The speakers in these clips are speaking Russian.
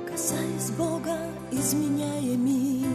Касаясь Бога, изменяя мир,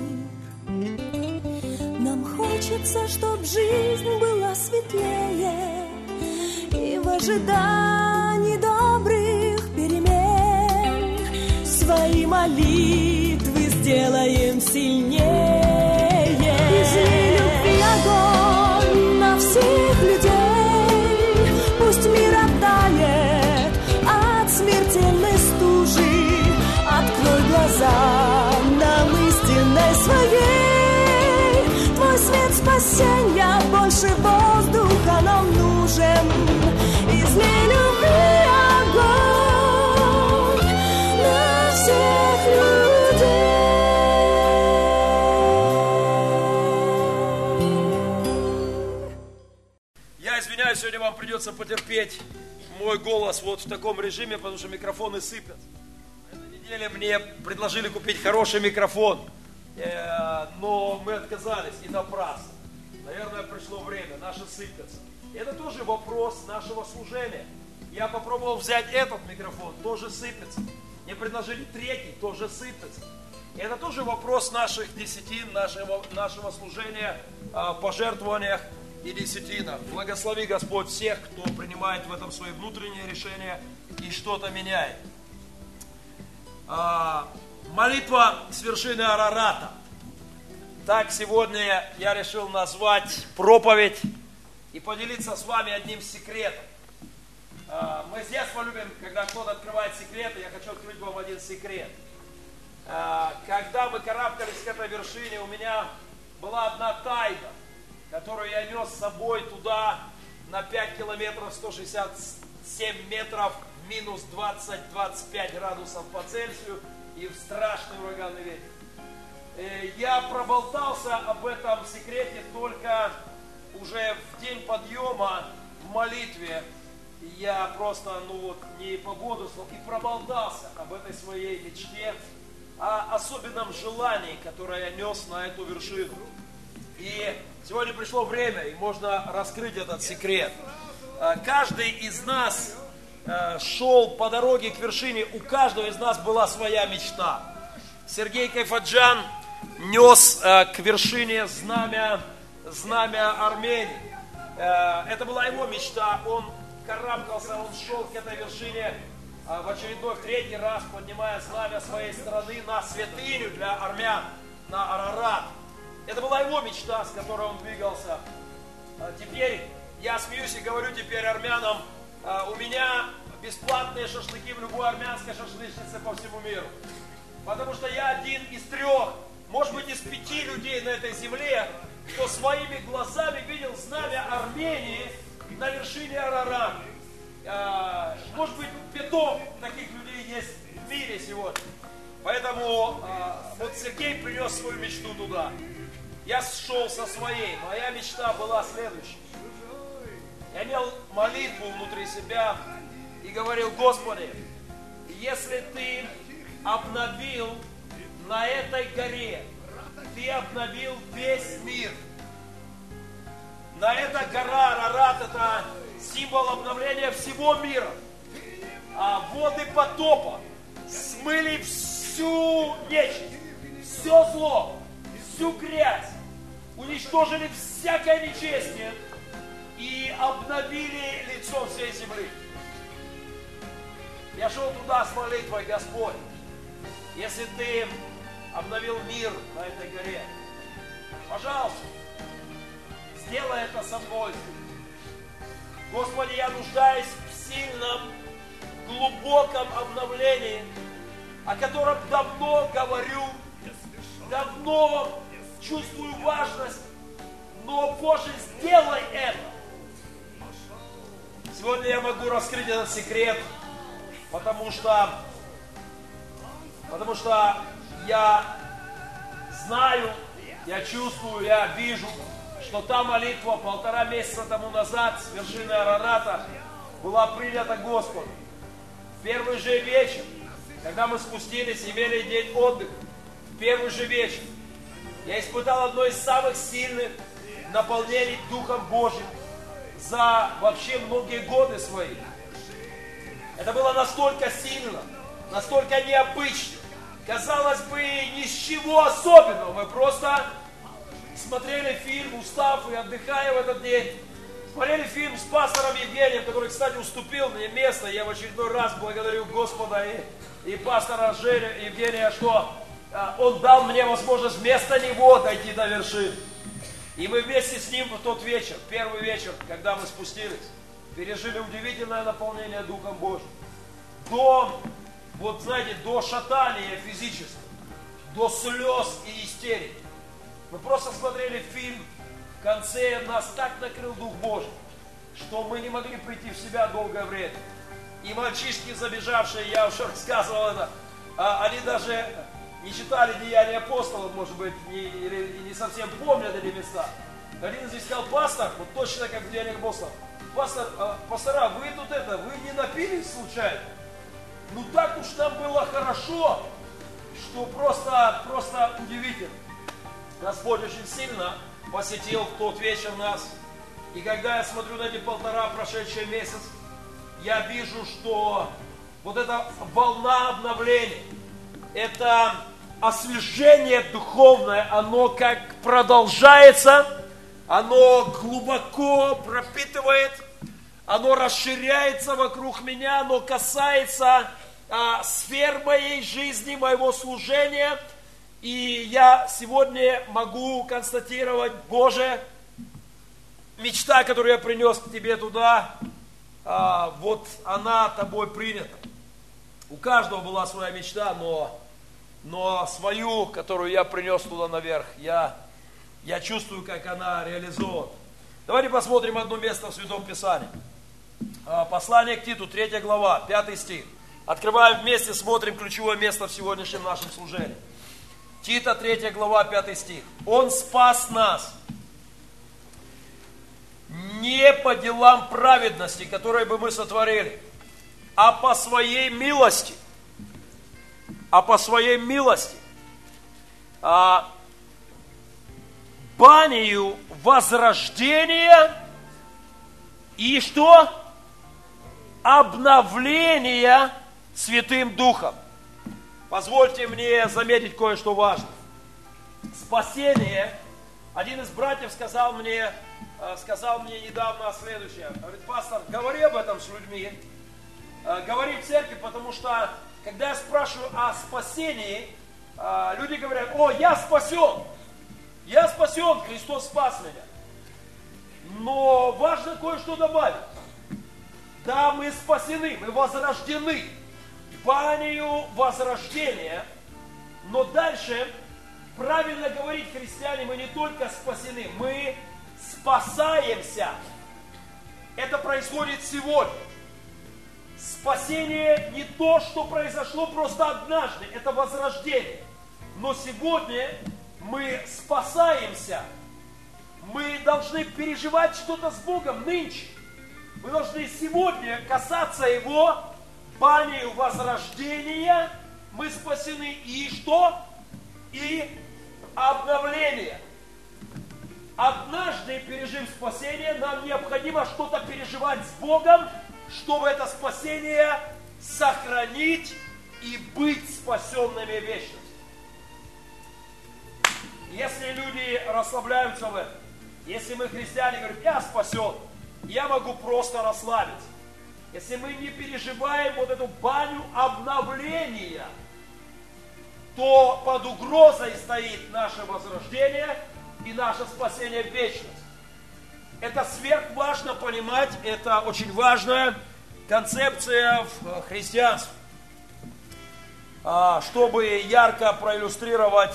нам хочется, чтоб жизнь была светлее, и в ожидании добрых перемен свои молитвы сделаем сильнее. Излей любви огонь на всех людей, пусть мир оттает от смертельной стужи. Открой глаза нам истинной своей, твой свет спасенья больше воздуха нам нужен. Излей любви огонь на всех людей. Я извиняюсь, сегодня вам придется потерпеть мой голос вот в таком режиме, потому что микрофоны сыпят. На этой неделе мне предложили купить хороший микрофон, но мы отказались, и напрасно. Наверное, пришло время, наши сыпятся. Это тоже вопрос нашего служения. Я попробовал взять этот микрофон, тоже сыпется. Мне предложили третий, тоже сыпется. Это тоже вопрос наших десятин, нашего служения, пожертвованиях и десятинах. Благослови, Господь, всех, кто принимает в этом свои внутренние решения и что-то меняет. Молитва с вершины Арарата. Так сегодня я решил назвать проповедь и поделиться с вами одним секретом. Мы с детства любим, когда кто-то открывает секреты, я хочу открыть вам один секрет. Когда мы карабкались к этой вершине, у меня была одна тайна, которую я нес с собой туда на 5 километров, 167 метров, минус 20-25 градусов по Цельсию и в страшный ураганный ветер. Я проболтался об этом секрете только уже в день подъема в молитве. Я просто, не пободрствовал и проболтался об этой своей мечте, о особенном желании, которое я нес на эту вершину. И сегодня пришло время, и можно раскрыть этот секрет. Каждый из нас шел по дороге к вершине, у каждого из нас была своя мечта. Сергей Кайфаджан нес к вершине знамя Армении. Это была его мечта, он карабкался, он шел к этой вершине в очередной, в третий раз, поднимая знамя своей страны на святыню для армян, на Арарат. Это была его мечта, с которой он двигался. Теперь я смеюсь и говорю теперь армянам, у меня бесплатные шашлыки в любой армянской шашлычнице по всему миру. Потому что я один из 3, может быть, из 5 людей на этой земле, кто своими глазами видел знамя Армении на вершине Арарат. Может быть, 5 таких людей есть в мире сегодня. Поэтому вот Сергей принес свою мечту туда. Я шел со своей. Моя мечта была следующей. Я имел молитву внутри себя и говорил: Господи, если Ты обновил на этой горе, Ты обновил весь мир. На эта гора Арарат — это символ обновления всего мира. А воды потопа смыли всю нечисть, все зло, всю грязь, уничтожили всякое нечестие и обновили лицо всей земли. Я шел туда с молитвой: Господь, если Ты обновил мир на этой горе, пожалуйста, сделай это со мной. Господи, я нуждаюсь в сильном, глубоком обновлении, о котором давно говорю, давно чувствую важность, но, Боже, сделай это. Сегодня я могу раскрыть этот секрет, потому что я знаю, я чувствую, я вижу, что та молитва 1,5 месяца тому назад с вершины Арарата была принята Господом. В первый же вечер, когда мы спустились, имели день отдыха, в первый же вечер я испытал одно из самых сильных наполнений Духом Божьим за вообще многие годы свои. Это было настолько сильно, настолько необычно, казалось бы, ни с чего особенного. Мы просто смотрели фильм, устав и отдыхая в этот день. Смотрели фильм с пастором Евгением, который, кстати, уступил мне место. Я в очередной раз благодарю Господа и пастора Евгения, что он дал мне возможность вместо него дойти до вершины. И мы вместе с ним в тот вечер, первый вечер, когда мы спустились, пережили удивительное наполнение Духом Божьим. До шатания физического, до слез и истерики. Мы просто смотрели фильм, в конце нас так накрыл Дух Божий, что мы не могли прийти в себя долгое время. И мальчишки, забежавшие, я уже рассказывал это, они даже не читали Деяния апостолов, может быть, не совсем помнят эти места. Один из них сказал: пастор, вот точно как в Деяниях апостолов, пастора, вы не напились случайно? Ну так уж нам было хорошо, что просто удивительно. Господь очень сильно посетил в тот вечер нас. И когда я смотрю на эти 1,5 прошедшие месяца, я вижу, что вот эта волна обновления, это освежение духовное, оно как продолжается, оно глубоко пропитывает, оно расширяется вокруг меня, оно касается сфер моей жизни, моего служения. И я сегодня могу констатировать: Боже, мечта, которую я принес к Тебе туда, вот она Тобой принята. У каждого была своя мечта, но свою, которую я принес туда наверх, я чувствую, как она реализована. Давайте посмотрим одно место в Святом Писании. Послание к Титу, 3 глава, 5 стих. Открываем вместе, смотрим ключевое место в сегодняшнем нашем служении. Тита, 3 глава, 5 стих. Он спас нас не по делам праведности, которые бы мы сотворили, а по своей милости. Банию возрождения и что? Обновления Святым Духом. Позвольте мне заметить кое-что важное. Спасение. Один из братьев сказал мне недавно следующее. Говорит: пастор, говори об этом с людьми. Говори в церкви, потому что, когда я спрашиваю о спасении, люди говорят: о, я спасен, Христос спас меня. Но важно кое-что добавить. Да, мы спасены, мы возрождены. Банию возрождения, но дальше правильно говорить, христиане, мы не только спасены, мы спасаемся. Это происходит сегодня. Спасение не то, что произошло просто однажды, это возрождение. Но сегодня мы спасаемся. Мы должны переживать что-то с Богом нынче. Мы должны сегодня касаться Его. Банию возрождения, мы спасены, и что? И обновление. Однажды, пережив спасение, нам необходимо что-то переживать с Богом, чтобы это спасение сохранить и быть спасенными в вечности. Если люди расслабляются в этом, если мы, христиане, говорим: я спасен, я могу просто расслабиться. Если мы не переживаем вот эту баню обновления, то под угрозой стоит наше возрождение и наше спасение в вечность. Это сверхважно понимать, это очень важная концепция в христианстве. Чтобы ярко проиллюстрировать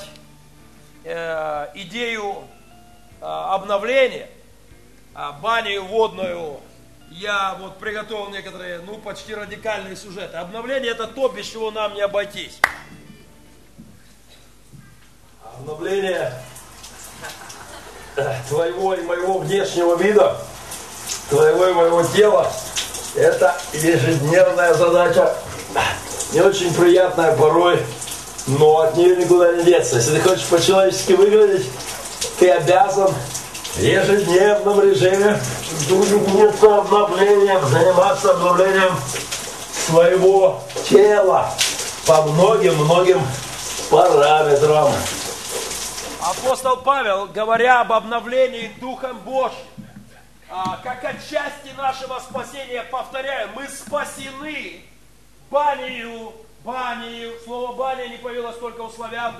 идею обновления, баню водную, я вот приготовил некоторые, почти радикальные сюжеты. Обновление — это то, без чего нам не обойтись. Обновление твоего и моего внешнего вида, твоего и моего тела — это ежедневная задача, не очень приятная порой, но от нее никуда не деться. Если ты хочешь по-человечески выглядеть, ты обязан в ежедневном режиме заниматься обновлением своего тела по многим параметрам. Апостол Павел, говоря об обновлении Духом Божьим, как от части нашего спасения, повторяю, мы спасены банию. Слово баня не появилось только у славян.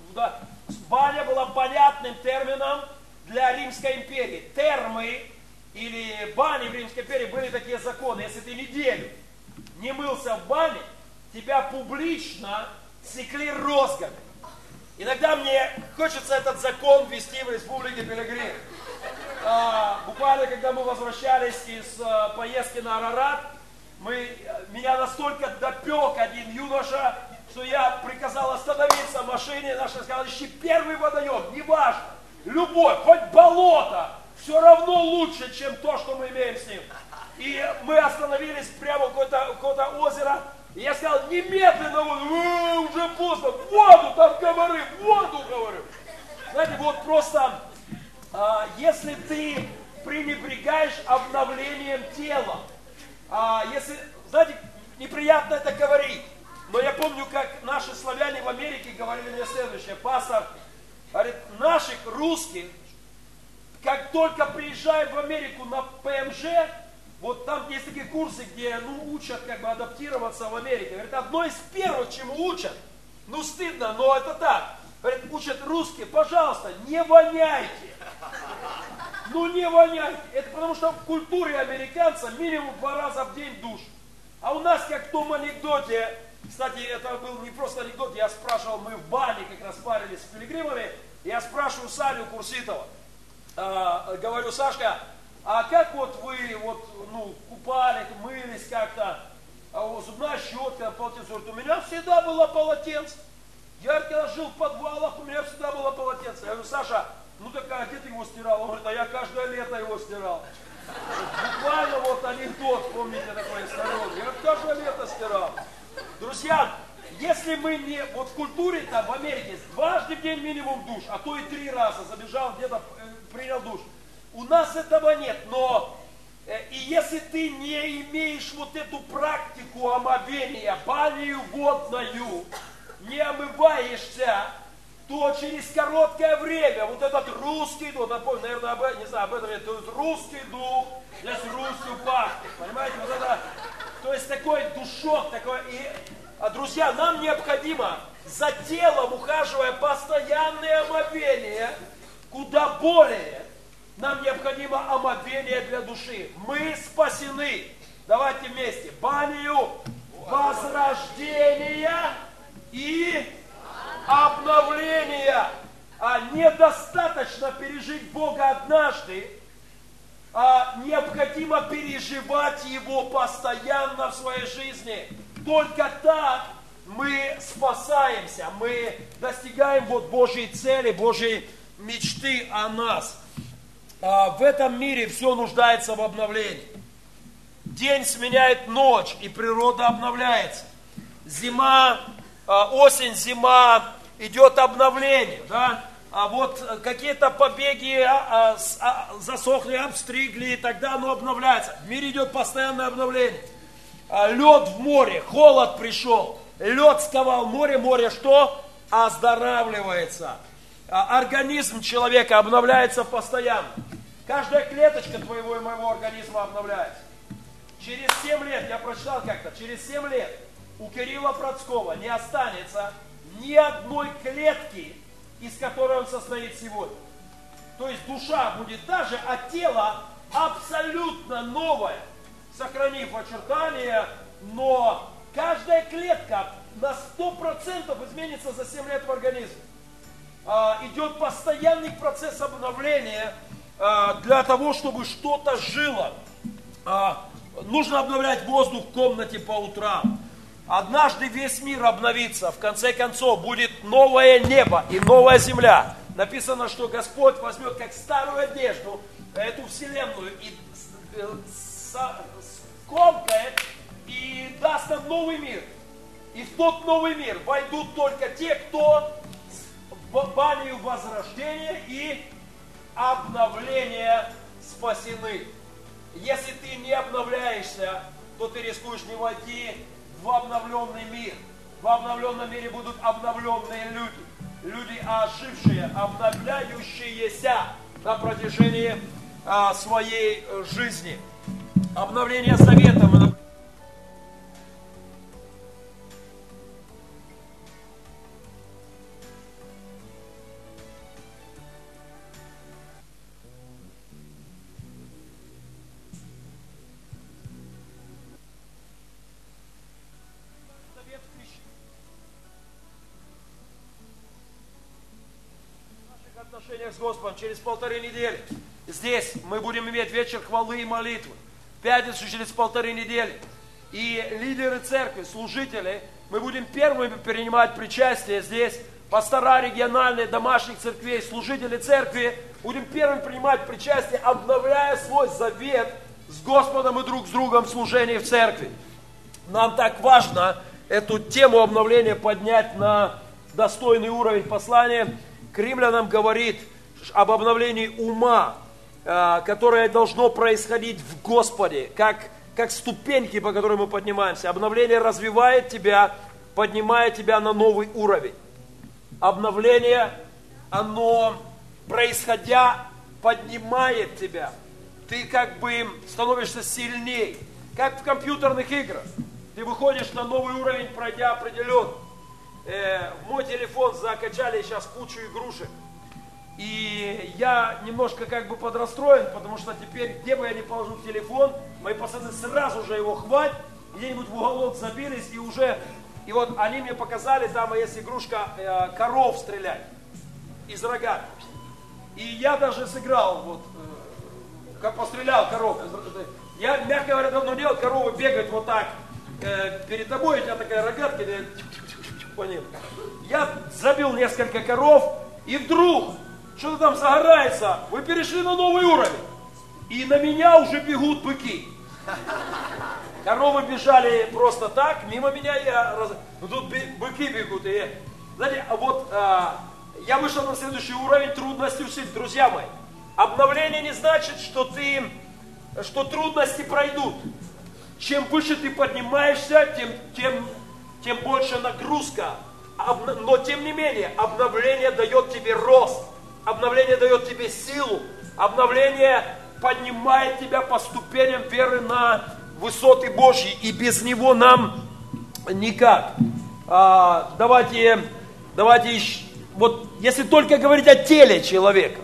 Баня была понятным термином для Римской империи. Термы или бани в Римской империи были такие законы. Если ты неделю не мылся в бане, тебя публично секли розгами. Иногда мне хочется этот закон ввести в Республике Пилигрим. Буквально, когда мы возвращались из поездки на Арарат, меня настолько допек один юноша, что я приказал остановиться в машине, наш сказал, ищи первый водоем, неважно, любой, хоть болото, все равно лучше, чем то, что мы имеем с ним. И мы остановились прямо у какого-то озера, и я сказал, немедленно, уже поздно, воду, там комары, воду, говорю. Знаете, вот просто, если ты пренебрегаешь обновлением тела, если, знаете, неприятно это говорить, но я помню, как наши славяне в Америке говорили мне следующее. Пастор говорит, наших русских, как только приезжаем в Америку на ПМЖ, вот там есть такие курсы, где учат как бы адаптироваться в Америке. Говорит, одно из первых, чему учат, стыдно, но это так. Говорит, учат русские, пожалуйста, не воняйте. Не воняйте. Это потому что в культуре американца минимум 2 раза в день душ. А у нас, как в том анекдоте, кстати, это был не просто анекдот, я спрашивал, мы в бане как раз парились с пилигримами, я спрашиваю Саню Курситова, говорю, Сашка, а как вот вы купали, мылись как-то, зубная щетка, полотенце? Говорит, у меня всегда было полотенце. Я когда жил в подвалах, у меня всегда было полотенце. Я говорю, Саша, а где ты его стирал? Он говорит, а я каждое лето его стирал. Буквально анекдот, помните такой старый, я каждое лето стирал. Друзья, если мы не, в культуре там в Америке дважды в день минимум душ, а то и 3 раза забежал где-то, принял душ. У нас этого нет, но и если ты не имеешь эту практику омовения, банию водную, не омываешься, то через короткое время этот русский дух, наверное, не знаю, об этом нет, русский дух, здесь Русью пахнет, понимаете, то есть такой душок, друзья, нам необходимо за телом, ухаживая, постоянное омовение, куда более нам необходимо омовение для души. Мы спасены, давайте вместе, банию возрождения и обновления. Недостаточно пережить Бога однажды, необходимо переживать Его постоянно в своей жизни. Только так мы спасаемся, мы достигаем Божьей цели, Божьей мечты о нас. В этом мире все нуждается в обновлении. День сменяет ночь, и природа обновляется. Осень, зима, идет обновление, да? Какие-то побеги засохли, обстригли, и тогда оно обновляется. В мире идет постоянное обновление. Лед в море, холод пришел, лед сковал море, море что? Оздоравливается. Организм человека обновляется постоянно. Каждая клеточка твоего и моего организма обновляется. Через 7 лет, я прочитал как-то, через 7 лет у Кирилла Процкого не останется ни одной клетки, из которой он состоит сегодня. То есть душа будет та же, а тело абсолютно новое, сохранив очертания, но каждая клетка на 100% изменится за 7 лет в организме. Идет постоянный процесс обновления для того, чтобы что-то жило. Нужно обновлять воздух в комнате по утрам. Однажды весь мир обновится. В конце концов будет новое небо и новая земля. Написано, что Господь возьмет как старую одежду эту вселенную и скомкает и даст нам новый мир. И в тот новый мир войдут только те, кто в банию возрождения и обновления спасены. Если ты не обновляешься, то ты рискуешь не войти в обновленный мир. в обновленном мире будут обновленные люди. Люди ожившие, обновляющиеся на протяжении своей жизни. Обновление завета. С Господом через 1,5 недели. Здесь мы будем иметь вечер хвалы и молитвы. В пятницу через 1,5 недели. И лидеры церкви, служители, мы будем первыми принимать причастие здесь. Пастора региональные, домашних церквей, служители церкви. Будем первыми принимать причастие, обновляя свой завет с Господом и друг с другом в служении в церкви. Нам так важно эту тему обновления поднять на достойный уровень. Послание к римлянам говорит об обновлении ума, которое должно происходить в Господе, как ступеньки, по которым мы поднимаемся. Обновление развивает тебя, поднимает тебя на новый уровень. Обновление, оно, происходя, поднимает тебя. Ты как бы становишься сильнее. Как в компьютерных играх. Ты выходишь на новый уровень, пройдя определенный. В мой телефон закачали сейчас кучу игрушек. И я немножко как бы подрастроен, потому что теперь, где бы я ни положил телефон, мои пацаны сразу же его хватят, где-нибудь в уголок забились, и вот они мне показали, там есть игрушка коров стрелять из рогатки. И я даже сыграл, как пострелял коров. Я, мягко говоря, давно делал, коровы бегают вот так перед тобой, у тебя такая рогатка, по ним. Я забил несколько коров, и вдруг что-то там загорается, вы перешли на новый уровень. И на меня уже бегут быки. Коровы бежали просто так, мимо меня, тут быки бегут. И, знаете, я вышел на следующий уровень трудностей всех, друзья мои. Обновление не значит, что трудности пройдут. Чем выше ты поднимаешься, тем больше нагрузка. Но тем не менее, обновление дает тебе рост. Обновление дает тебе силу. Обновление поднимает тебя по ступеням веры на высоты Божьи. И без него нам никак. Давайте, вот если только говорить о теле человека,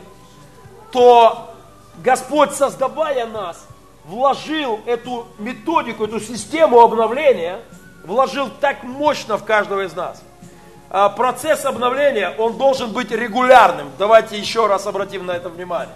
то Господь, создавая нас, вложил эту методику, эту систему обновления, вложил так мощно в каждого из нас. Процесс обновления, он должен быть регулярным. Давайте еще раз обратим на это внимание.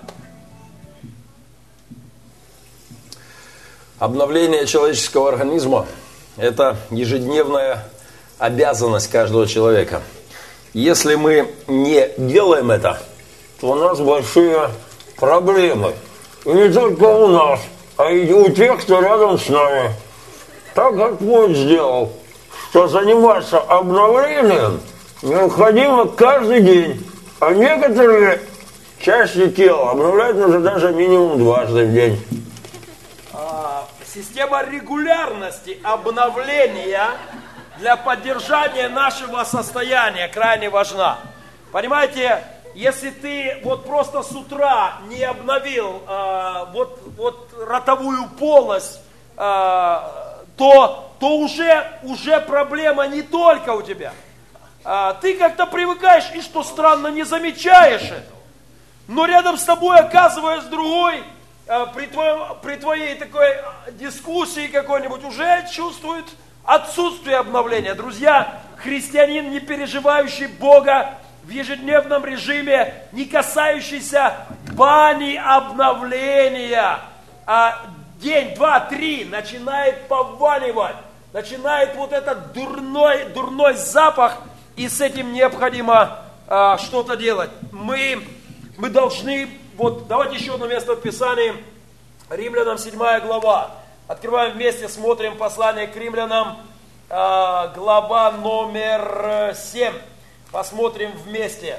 Обновление человеческого организма – это ежедневная обязанность каждого человека. Если мы не делаем это, то у нас большие проблемы. И не только у нас, а и у тех, кто рядом с нами. Так Господь сделал, что заниматься обновлением необходимо каждый день. А некоторые части тела обновлять нужно даже минимум дважды в день. Система регулярности обновления для поддержания нашего состояния крайне важна. Понимаете, если ты вот просто с утра не обновил ротовую полость, то уже проблема не только у тебя. Ты как-то привыкаешь и, что странно, не замечаешь этого. Но рядом с тобой, оказываясь другой, при твоей такой дискуссии какой-нибудь, уже чувствует отсутствие обновления. Друзья, христианин, не переживающий Бога в ежедневном режиме, не касающийся бани обновления, день, два, три начинает пованивать, начинает вот этот дурной запах, и с этим необходимо что-то делать. Мы должны, давайте еще одно место в Писании, Римлянам 7 глава. Открываем вместе, смотрим послание к Римлянам, глава номер 7. Посмотрим вместе.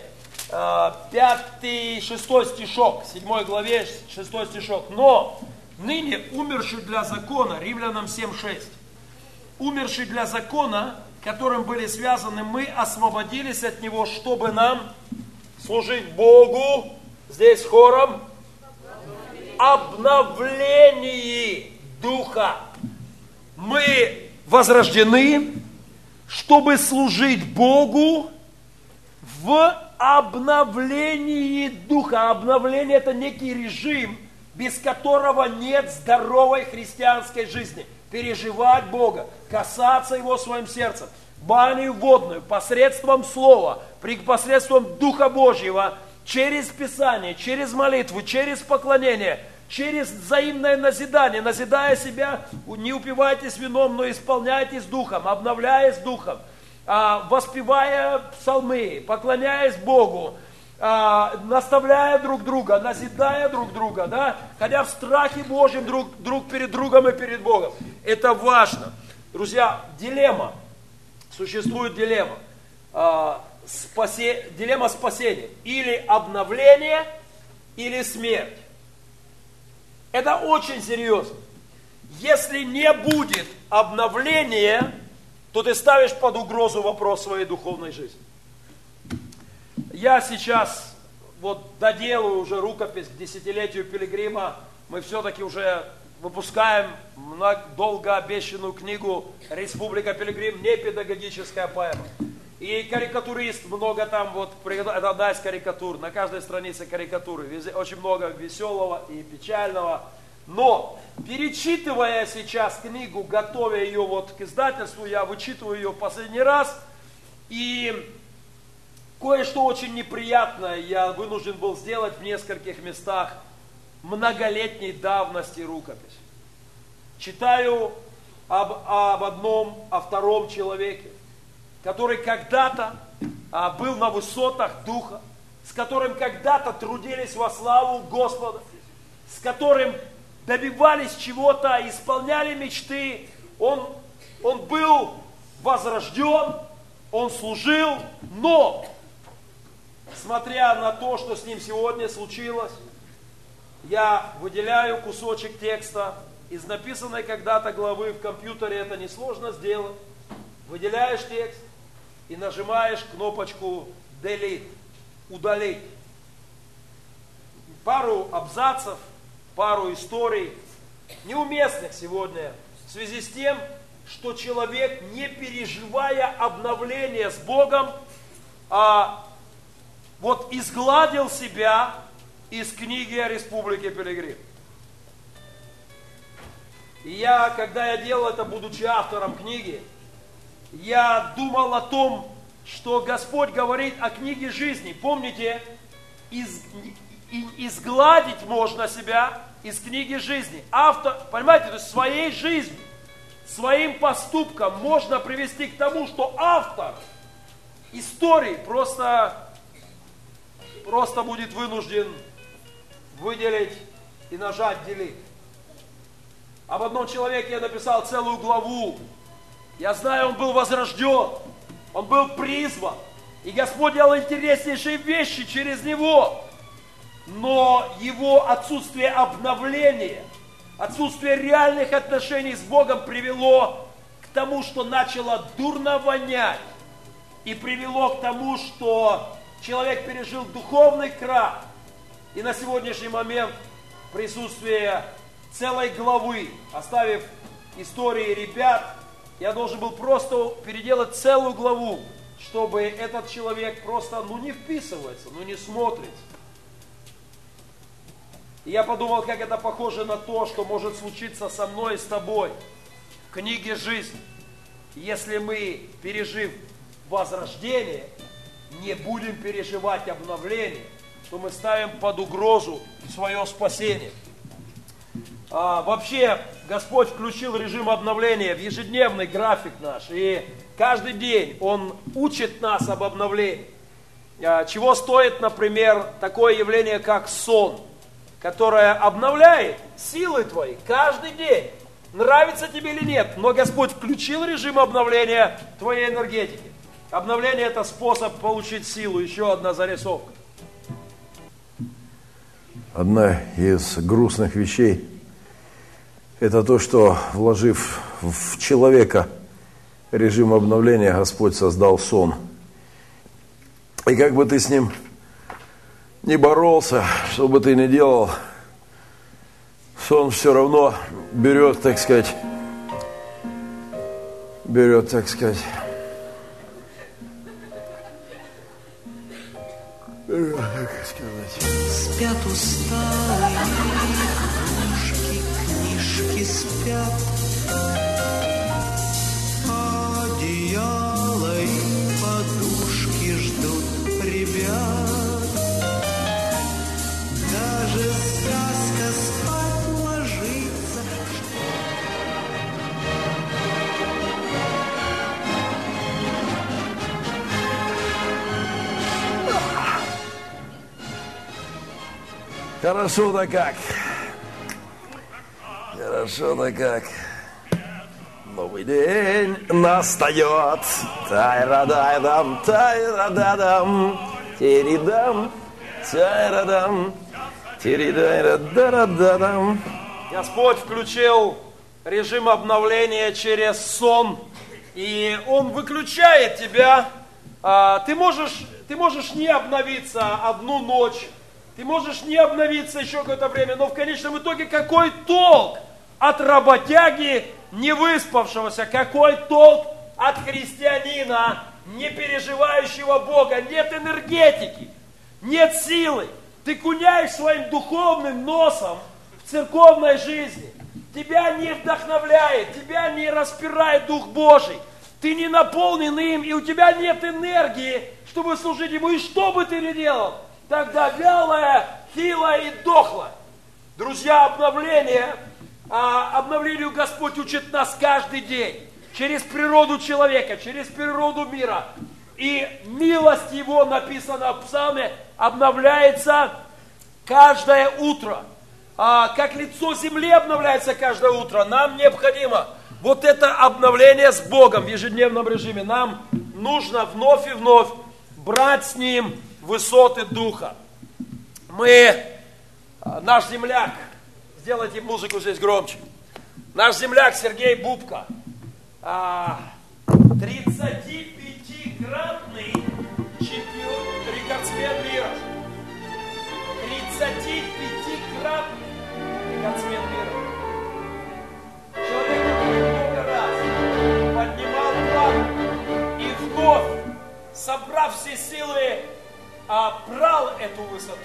5-6 стишок, 7 главе 6 стишок. Но ныне умерший для закона, Римлянам 7:6, умерший для закона которым были связаны, мы освободились от него, чтобы нам служить Богу, здесь хором, обновлении духа. Мы возрождены, чтобы служить Богу в обновлении духа. Обновление – это некий режим, без которого нет здоровой христианской жизни. Переживать Бога, касаться Его своим сердцем, баню водную, посредством Слова, посредством Духа Божьего, через Писание, через молитву, через поклонение, через взаимное назидание, назидая себя, не упивайтесь вином, но исполняйтесь Духом, обновляясь Духом, воспевая псалмы, поклоняясь Богу, наставляя друг друга, назидая друг друга, да, ходя в страхе Божьем друг перед другом и перед Богом. Это важно. Друзья, дилемма. Существует дилемма. Дилемма спасения. Или обновление, или смерть. Это очень серьезно. Если не будет обновления, то ты ставишь под угрозу вопрос своей духовной жизни. Я сейчас доделаю уже рукопись к десятилетию Пилигрима. Мы все-таки уже выпускаем долго обещанную книгу «Республика Пилигрим», не педагогическая поэма. И карикатурист, много там, это одна из карикатур, на каждой странице карикатуры, везде, очень много веселого и печального. Но, перечитывая сейчас книгу, готовя ее к издательству, я вычитываю ее в последний раз, и кое-что очень неприятное я вынужден был сделать в нескольких местах многолетней давности рукопись. Читаю о втором человеке, который когда-то был на высотах духа, с которым когда-то трудились во славу Господа, с которым добивались чего-то, исполняли мечты. Он был возрожден, он служил, но, смотря на то, что с ним сегодня случилось, я выделяю кусочек текста из написанной когда-то главы в компьютере, это несложно сделать. Выделяешь текст и нажимаешь кнопочку Delete, удалить. Пару абзацев, пару историй, неуместных сегодня, в связи с тем, что человек, не переживая обновление с Богом, изгладил себя из книги о Республике Пилигрим. И когда я делал это, будучи автором книги, я думал о том, что Господь говорит о книге жизни. Помните, изгладить можно себя из книги жизни. Понимаете, то есть своей жизнью, своим поступком можно привести к тому, что автор истории просто будет вынужден выделить и нажать «Delete». Об одном человеке я написал целую главу. Я знаю, он был возрожден, он был призван, и Господь делал интереснейшие вещи через него. Но его отсутствие обновления, отсутствие реальных отношений с Богом привело к тому, что начало дурно вонять, и привело к тому, что человек пережил духовный крах. И на сегодняшний момент присутствие целой главы, оставив истории ребят, я должен был просто переделать целую главу, чтобы этот человек просто, не вписывается, не смотрится. И я подумал, как это похоже на то, что может случиться со мной и с тобой в книге жизни. Если мы, пережив возрождение, не будем переживать обновление, то мы ставим под угрозу свое спасение. Вообще, Господь включил режим обновления в ежедневный график наш. И каждый день Он учит нас об обновлении. Чего стоит, например, такое явление, как сон, которое обновляет силы твои каждый день. Нравится тебе или нет, но Господь включил режим обновления твоей энергетики. Обновление – это способ получить силу. Еще одна зарисовка. Одна из грустных вещей – это то, что, вложив в человека режим обновления Господь создал сон. И как бы ты с ним ни боролся, что бы ты ни делал, сон все равно берет, так сказать, Спят усталые кружки, книжки спят, одеяло и подушки ждут ребят. Даже сказка спать ложится. Хорошо-то как. Хорошо-то как. Новый день настает. Тай-ра-дай-дам, тай-ра-да-дам, тиридам, тай-ра-дам, тиридай-ра-да-ра-да-дам. Господь включил режим обновления через сон, и Он выключает тебя. Ты можешь не обновиться одну ночь, ты можешь не обновиться еще какое-то время, но в конечном итоге какой толк от работяги, не выспавшегося, какой толк от христианина, не переживающего Бога? Нет энергетики, нет силы. Ты куняешь своим духовным носом в церковной жизни. Тебя не вдохновляет, тебя не распирает Дух Божий. Ты не наполнен им, и у тебя нет энергии, чтобы служить Ему. И что бы ты ни делал, тогда вялая, хилая и дохлая. Друзья, обновлению Господь учит нас каждый день. Через природу человека, через природу мира. И милость Его, написано в Псалме, обновляется каждое утро. Как лицо земли обновляется каждое утро, нам необходимо вот это обновление с Богом в ежедневном режиме. Нам нужно вновь и вновь брать с Ним высоты Духа. Наш земляк, сделайте музыку здесь громче, наш земляк Сергей Бубка, 35-кратный рекордсмен мира. 35-кратный рекордсмен мира. Человек, который много раз поднимал планку и вновь, собрав все силы, брал эту высоту.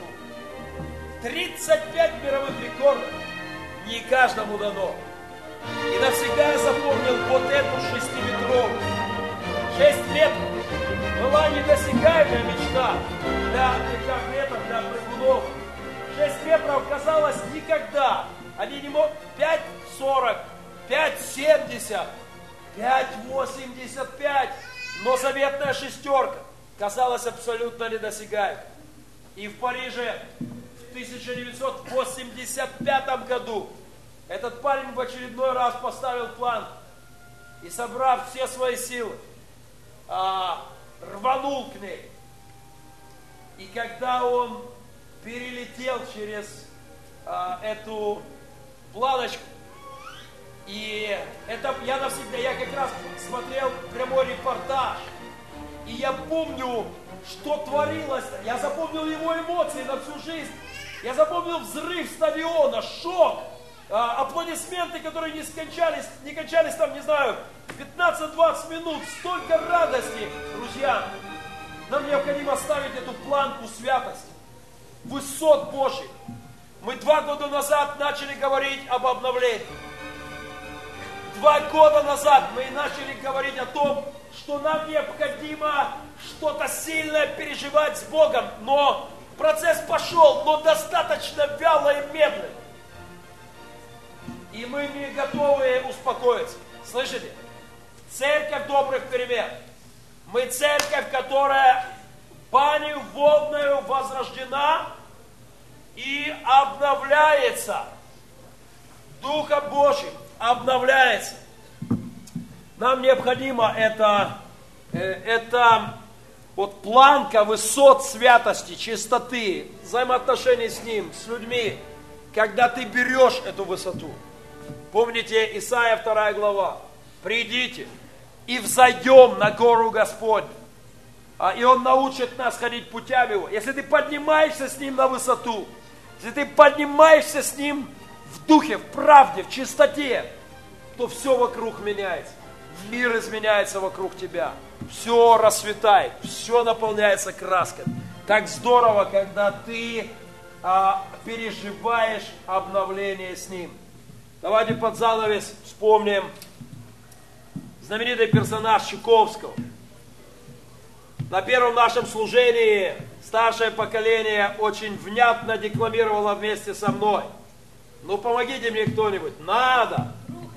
35 мировых рекордов не каждому дано. И навсегда я запомнил вот эту 6-метровую. 6 метров была недосягаемая мечта для легкоатлетов, для прыгунов. 6 метров казалось никогда. Они не могут. 5,40, 5,70, 5,85. Но заветная шестерка казалась абсолютно недосягаемой. И в Париже в 1985 году этот парень в очередной раз поставил планку и, собрав все свои силы, рванул к ней. И когда он перелетел через эту планочку, и это я как раз смотрел прямой репортаж, и я помню, что творилось. Я запомнил его эмоции на всю жизнь. Я запомнил взрыв стадиона, шок, аплодисменты, которые не кончались там, не знаю, 15-20 минут. Столько радости, друзья. Нам необходимо ставить эту планку святости, высот Божьих. Мы 2 года назад начали говорить об обновлении. 2 года назад мы начали говорить о том, что нам необходимо что-то сильное переживать с Богом, но процесс пошел, но достаточно вяло и медленно. И мы не готовы успокоиться. Слышите? Церковь добрых перемен. Мы церковь, которая баню водную возрождена и обновляется. Духом Божьим обновляется. Нам необходимо это вот планка высот святости, чистоты, взаимоотношений с Ним, с людьми, когда ты берешь эту высоту. Помните Исайя 2 глава. Придите, и взойдем на гору Господню. И Он научит нас ходить путями Его. Если ты поднимаешься с Ним на высоту, если ты поднимаешься с Ним в духе, в правде, в чистоте, то все вокруг меняется. Мир изменяется вокруг тебя. Все расцветает, все наполняется краской. Так здорово, когда ты переживаешь обновление с Ним. Давайте под занавес вспомним знаменитый персонаж Чайковского. На первом нашем служении старшее поколение очень внятно декламировало вместе со мной. Ну, помогите мне кто-нибудь. Надо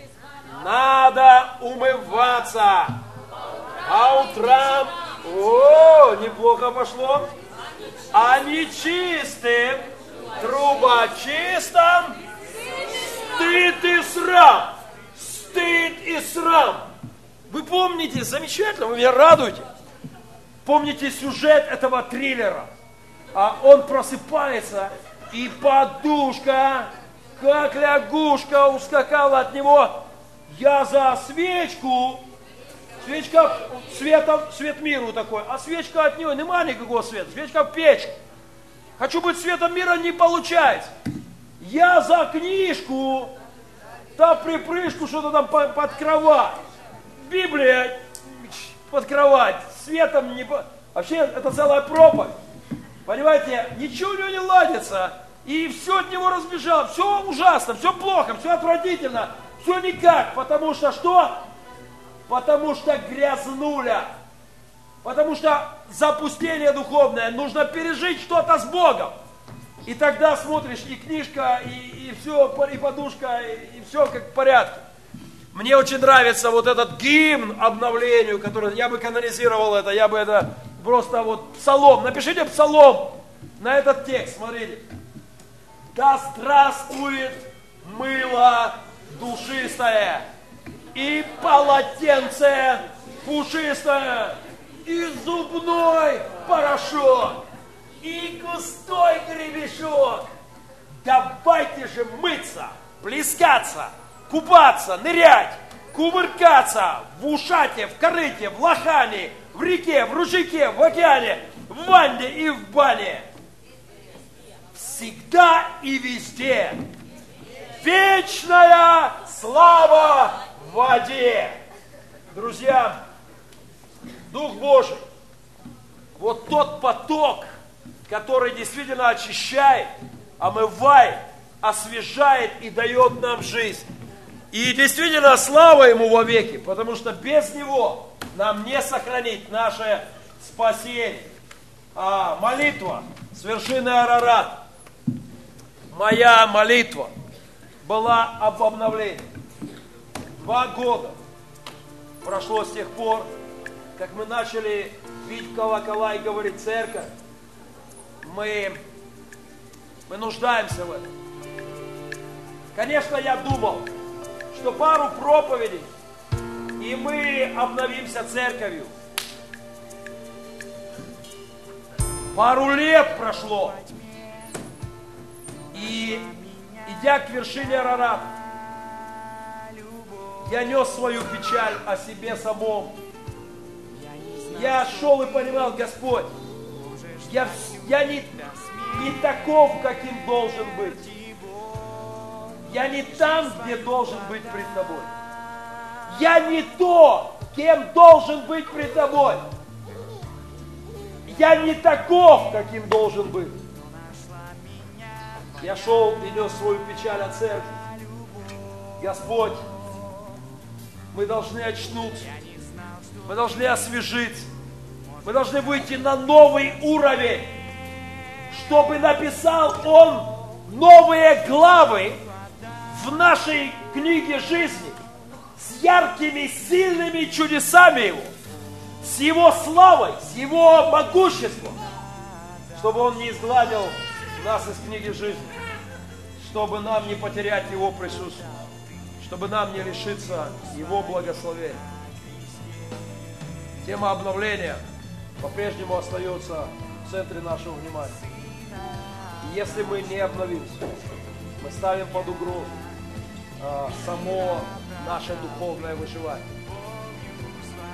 умываться. А утром, неплохо пошло. А нечистым, трубочистым, стыд и срам. Стыд и срам. Вы помните, замечательно, вы меня радуете. Помните сюжет этого триллера? Он просыпается, и подушка, как лягушка, ускакала от него. Я за свечку. Свечка светом, свет миру такой, а свечка от него, нема никакого света, свечка в печке. Хочу быть светом мира, не получается. Я за книжку, та припрыжку, что-то там под кровать. Библия под кровать, светом не... Вообще, это целая проповедь. Понимаете, ничего у него не ладится, и все от него разбежало, все ужасно, все плохо, все отвратительно, все никак, потому что что? Потому что грязнуля, потому что запустение духовное, нужно пережить что-то с Богом. И тогда смотришь, и книжка, и все, и подушка, и все как в порядке. Мне очень нравится вот этот гимн обновлению, который я бы канонизировал это, я бы это просто вот псалом. Напишите псалом на этот текст, смотрите. Да здравствует мыло душистое, и полотенце пушистое, и зубной порошок, и густой гребешок. Давайте же мыться, плескаться, купаться, нырять, кувыркаться в ушате, в корыте, в лохане, в реке, в ручейке, в океане, в ванне и в бане. Всегда и везде вечная слава в воде. Друзья, Дух Божий, вот тот поток, который действительно очищает, омывает, освежает и дает нам жизнь. И действительно слава Ему вовеки, потому что без Него нам не сохранить наше спасение. Молитва с вершины Арарата. Моя молитва была об обновлении. 2 года прошло с тех пор, как мы начали бить колокола и говорить: церковь, мы нуждаемся в этом. Конечно, я думал, что пару проповедей, и мы обновимся церковью. Пару лет прошло, и идя к вершине Арарата, я нес свою печаль о себе самом. Я шел и понимал: Господь, я не таков, каким должен быть. Я не там, где должен быть пред Тобой. Я не то, кем должен быть пред Тобой. Я не таков, каким должен быть. Я шел и нес свою печаль о церкви. Господь, мы должны очнуться. Мы должны освежиться. Мы должны выйти на новый уровень, чтобы написал Он новые главы в нашей книге жизни с яркими, сильными чудесами Его, с Его славой, с Его могуществом, чтобы Он не изгладил нас из книги жизни, чтобы нам не потерять Его присутствие, чтобы нам не лишиться Его благословения. Тема обновления по-прежнему остается в центре нашего внимания. И если мы не обновимся, мы ставим под угрозу само наше духовное выживание.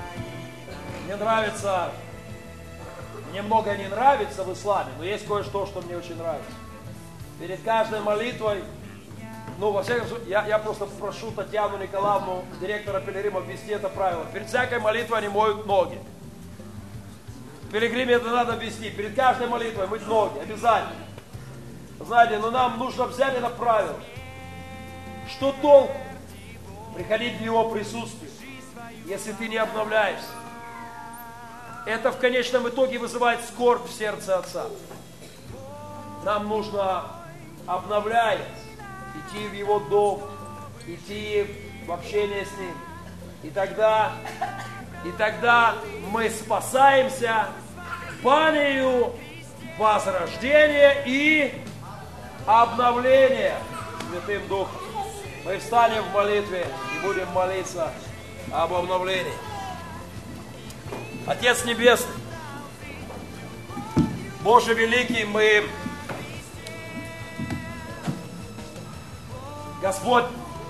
Мне нравится, мне многое не нравится в исламе, но есть кое-что, что мне очень нравится. Перед каждой молитвой, ну, во всяком случае, я просто прошу Татьяну Николаевну, директора Пилигрима, ввести это правило. Перед всякой молитвой они моют ноги. В Пилигриме это надо ввести. Перед каждой молитвой мыть ноги, обязательно. Знаете, но нам нужно взять это правило. Что толку приходить в Его присутствие, если ты не обновляешься? Это в конечном итоге вызывает скорбь в сердце Отца. Нам нужно, обновляясь, идти в Его дом, идти в общение с Ним. И тогда мы спасаемся банею возрождения и обновления Святым Духом. Мы встанем в молитве и будем молиться об обновлении. Отец Небесный, Боже Великий, Господь,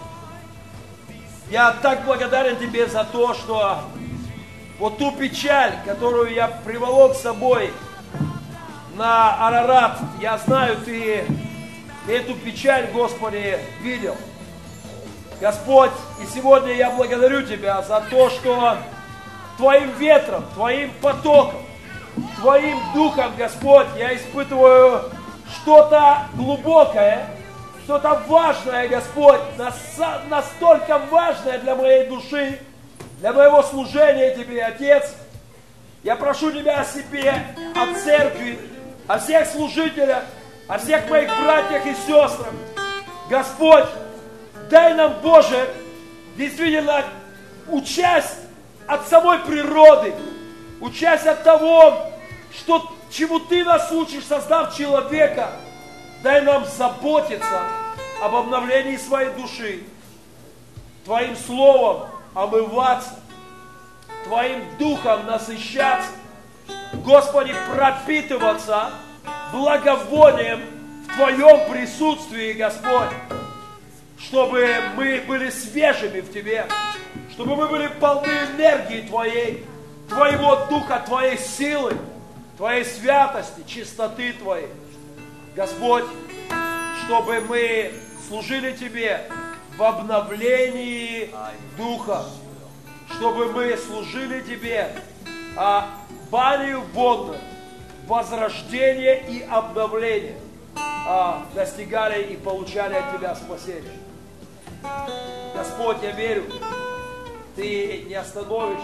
я так благодарен Тебе за то, что вот ту печаль, которую я приволок с собой на Арарат, я знаю, Ты эту печаль, Господи, видел. Господь, и сегодня я благодарю Тебя за то, что Твоим ветром, Твоим потоком, Твоим духом, Господь, я испытываю что-то глубокое, что-то важное, Господь, настолько важное для моей души, для моего служения Тебе, Отец. Я прошу Тебя о себе, о церкви, о всех служителях, о всех моих братьях и сестрах. Господь, дай нам, Боже, действительно участь от самой природы, участь от того, чему Ты нас учишь, создав человека. Дай нам заботиться об обновлении своей души, Твоим словом омываться, Твоим духом насыщаться, Господи, пропитываться благовонием в Твоем присутствии, Господь, чтобы мы были свежими в Тебе, чтобы мы были полны энергии Твоей, Твоего Духа, Твоей силы, Твоей святости, чистоты Твоей. Господь, чтобы мы служили Тебе в обновлении Духа, чтобы мы служили Тебе банию Бога, возрождение и обновление, достигали и получали от Тебя спасение. Господь, я верю, Ты не остановишься.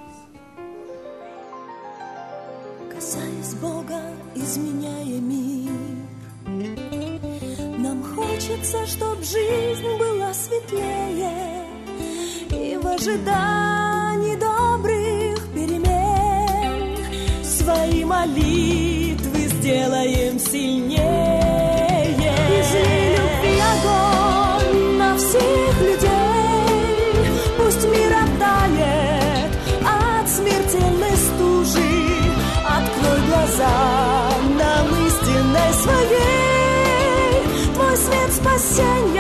Касаясь Бога, изменяя мир, нам хочется, чтоб жизнь была светлее, и в ожидании добрых перемен свои молитвы сделаем сильнее. Изли любви огонь на всех людей, пусть мир оттает от смертельной стужи. Открой глаза нам истинной своей, Твой свет спасения